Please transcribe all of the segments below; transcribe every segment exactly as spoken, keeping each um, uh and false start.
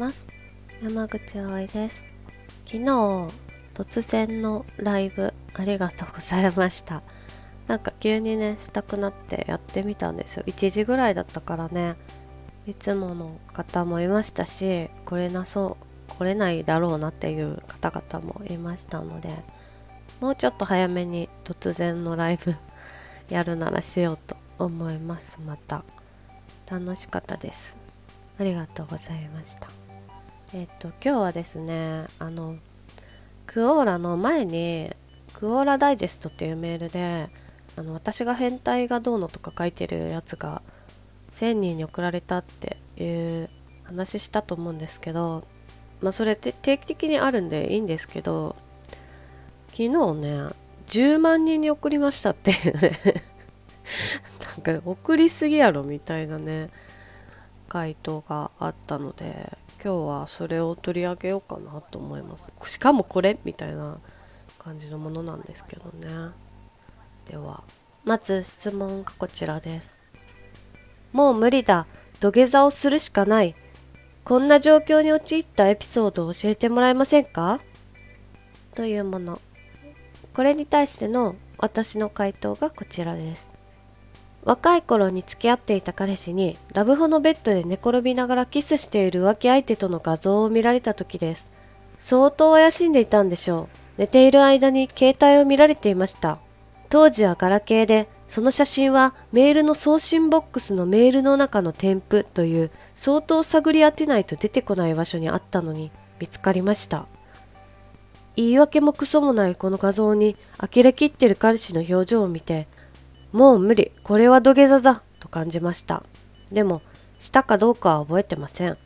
ます。山口葵です。昨日突然のライブありがとうございました。なんか急にねしたくなってやってみたんですよ。いちじぐらいだったからね、いつもの方もいましたし、来れなそう来れないだろうなっていう方々もいましたので、もうちょっと早めに突然のライブやるならしようと思います。また楽しかったです。ありがとうございました。えっと今日はですね、あのクオーラの前にクオーラダイジェストっていうメールで、あの私が変態がどうのとか書いてるやつがせんにんに送られたっていう話したと思うんですけど、まあそれって定期的にあるんでいいんですけど、昨日ねじゅうまんにんに送りましたっていうねなんか送りすぎやろみたいなね回答があったので、今日はそれを取り上げようかなと思います。しかもこれみたいな感じのものなんですけどね。ではまず質問がこちらです。もう無理だ、土下座をするしかない、こんな状況に陥ったエピソードを教えてもらえませんか、というもの。これに対しての私の回答がこちらです。若い頃に付き合っていた彼氏にラブホのベッドで寝転びながらキスしている浮気相手との画像を見られた時です。相当怪しんでいたんでしょう。寝ている間に携帯を見られていました。当時はガラケーで、その写真はメールの送信ボックスのメールの中の添付という相当探り当てないと出てこない場所にあったのに見つかりました。言い訳もクソもないこの画像に呆れきってる彼氏の表情を見て、もう無理、これは土下座だと感じました。でもしたかどうかは覚えてません。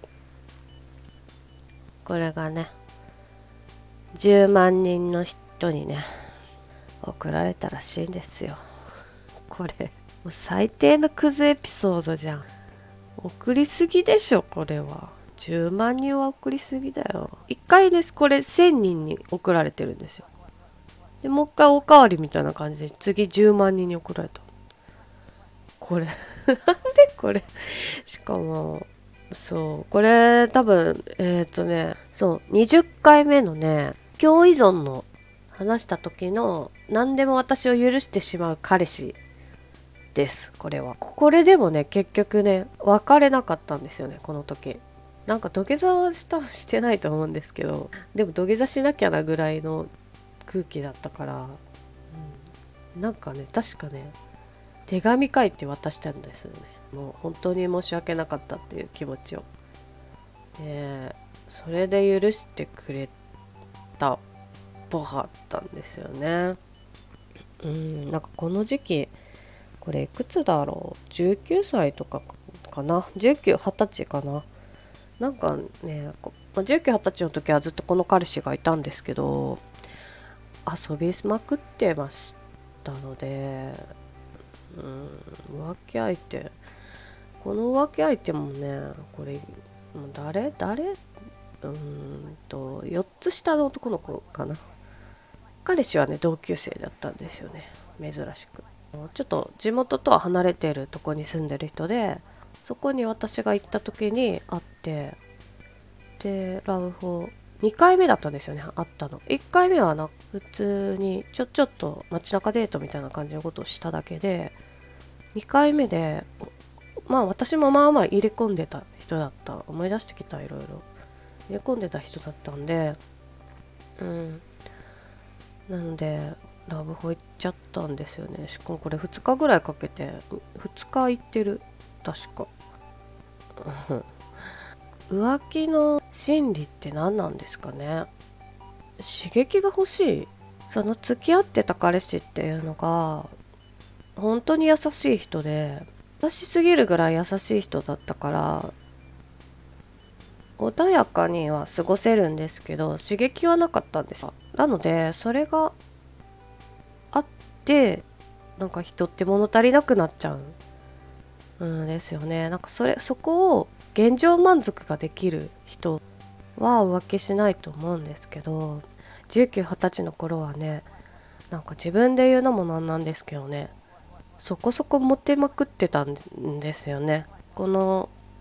これがねじゅうまんにんの人にね送られたらしいんですよ。これもう最低のクズエピソードじゃん。送りすぎでしょ。これはじゅうまんにんは送りすぎだよ。いっかいですこれせんにんに送られてるんですよ。でもう一回おかわりみたいな感じで次じゅうまんにんに送られた。これなんでこれしかもそうこれ多分えっ、ー、とねそうにじゅっかいめのね共依存の話した時の何でも私を許してしまう彼氏です。これはこれでもね結局ね別れなかったんですよね。この時なんか土下座はしたしてないと思うんですけど、でも土下座しなきゃなぐらいの空気だったから、うん、なんかね確かね手紙書いて渡したんですよね。もう本当に申し訳なかったっていう気持ちを。でそれで許してくれたっぽかったんですよね。うんなんかこの時期これいくつだろう、じゅうきゅうさいとかかな、じゅうきゅう、はたちかな。なんかねじゅうきゅう、はたちの時はずっとこの彼氏がいたんですけど、遊びまくってましたので、うん浮気相手この浮気相手もねこれ誰誰うーんとよっつ下の男の子かな。彼氏はね同級生だったんですよね。珍しくちょっと地元とは離れているとこに住んでる人で、そこに私が行った時に会って、でラブホにかいめだったんですよね会ったの。いっかいめはな普通にちょちょっと街中デートみたいな感じのことをしただけで、にかいめでまあ私もまあまあ入れ込んでた人だった。思い出してきた、いろいろ入れ込んでた人だったんで、うんなのでラブホ行っちゃったんですよね。しかもこれふつかぐらいかけてふつか行ってる確か浮気の心理って何なんですかね。刺激が欲しい。その付き合ってた彼氏っていうのが本当に優しい人で、優しすぎるぐらい優しい人だったから穏やかには過ごせるんですけど刺激はなかったんです。なのでそれがあってなんか人って物足りなくなっちゃうんですよね。なんかそれそこを現状満足ができる人は浮気しないと思うんですけど、じゅうきゅう、はたちの頃はねなんか自分で言うのもなんなんですけどね、そこそこモテまくってたんですよね。この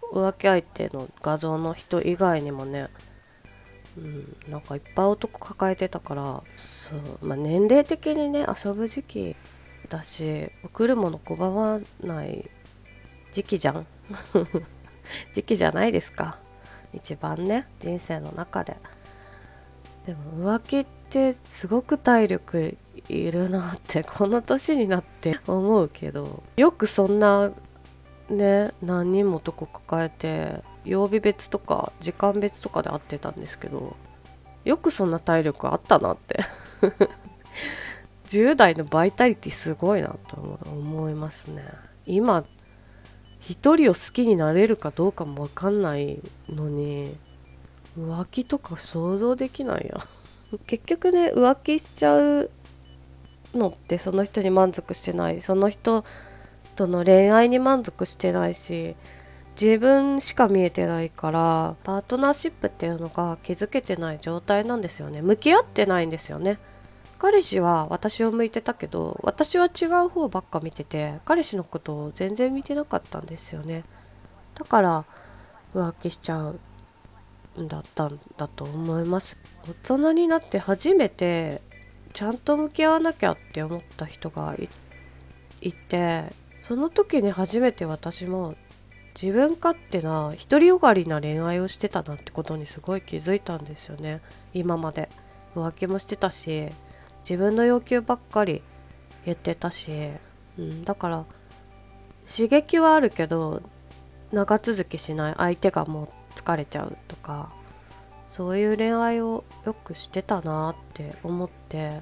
浮気相手の画像の人以外にもね、うん、なんかいっぱい男抱えてたから、そう、まあ、年齢的にね遊ぶ時期だし、来るもの拒まない時期じゃん時期じゃないですか、一番ね、人生の中で。でも浮気ってすごく体力いるなってこの年になって思うけど、よくそんなね何人も男抱えて曜日別とか時間別とかで会ってたんですけど、よくそんな体力あったなってじゅう代のバイタリティすごいなと思いますね。今一人を好きになれるかどうかも分かんないのに浮気とか想像できないや結局ね、浮気しちゃうのってその人に満足してない、その人との恋愛に満足してないし、自分しか見えてないから、パートナーシップっていうのが築けてない状態なんですよね。向き合ってないんですよね。彼氏は私を向いてたけど、私は違う方ばっか見てて、彼氏のことを全然見てなかったんですよね。だから浮気しちゃうんだったんだと思います。大人になって初めてちゃんと向き合わなきゃって思った人が い, いて、その時に初めて私も自分勝手な独りよがりな恋愛をしてたなってことにすごい気づいたんですよね。今まで浮気もしてたし、自分の要求ばっかり言ってたし、うん、だから刺激はあるけど長続きしない、相手がもう疲れちゃうとか、そういう恋愛をよくしてたなって思って、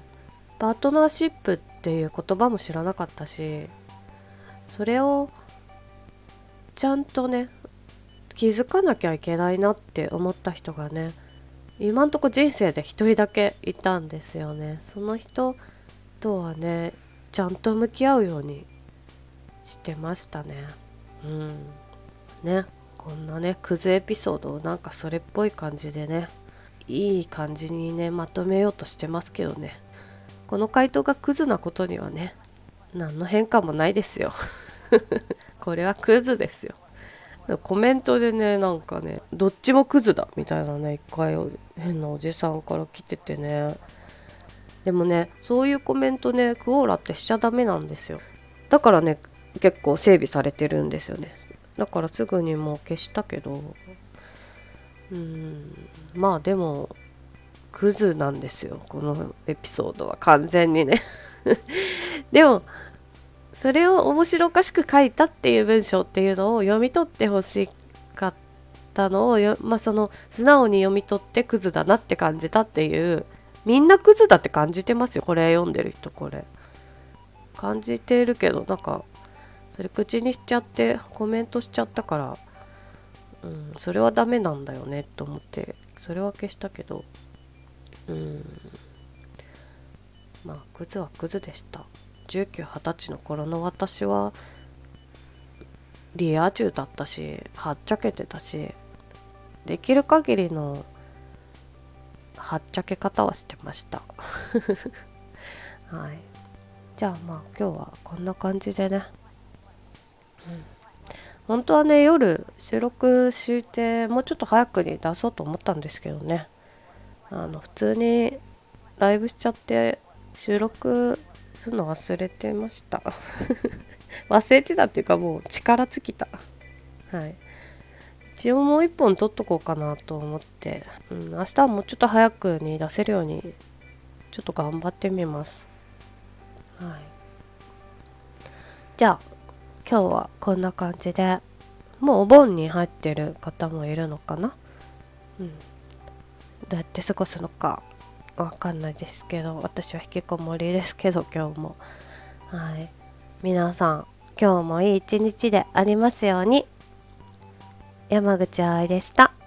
パートナーシップっていう言葉も知らなかったし、それをちゃんとね気づかなきゃいけないなって思った人がね、今んとこ人生で一人だけいたんですよね。その人とはねちゃんと向き合うようにしてましたね。うんね、こんなねクズエピソードをなんかそれっぽい感じでね、いい感じにねまとめようとしてますけどね、この回答がクズなことにはね何の変化もないですよこれはクズですよ。コメントでねなんかねどっちもクズだみたいなね一回変なおじさんから来ててね、でもねそういうコメントねクオーラってしちゃダメなんですよ。だからね結構整備されてるんですよね。だからすぐにもう消したけど、うーんまあでもクズなんですよこのエピソードは完全にねでもそれを面白おかしく書いたっていう文章っていうのを読み取ってほしかったのをよ、まあ、その素直に読み取ってクズだなって感じたっていう、みんなクズだって感じてますよこれ読んでる人。これ感じてるけどなんかそれ口にしちゃってコメントしちゃったから、うん、それはダメなんだよねと思ってそれは消したけど、うんまあクズはクズでした。じゅうきゅう、はたちの頃の私はリア充だったし、はっちゃけてたし、できる限りのはっちゃけ方はしてましたはい。じゃあまあ今日はこんな感じでね、うん、本当はね夜収録してもうちょっと早くに出そうと思ったんですけどね、あの普通にライブしちゃって収録するの忘れてました忘れてたっていうかもう力尽きた。はい、一応もう一本撮っとこうかなと思って、うん、明日はもうちょっと早くに出せるようにちょっと頑張ってみます。はい、じゃあ今日はこんな感じで、もうお盆に入ってる方もいるのかな、うん、どうやって過ごすのかわかんないですけど、私は引きこもりですけど今日も。はい、皆さん今日もいい一日でありますように。山口愛でした。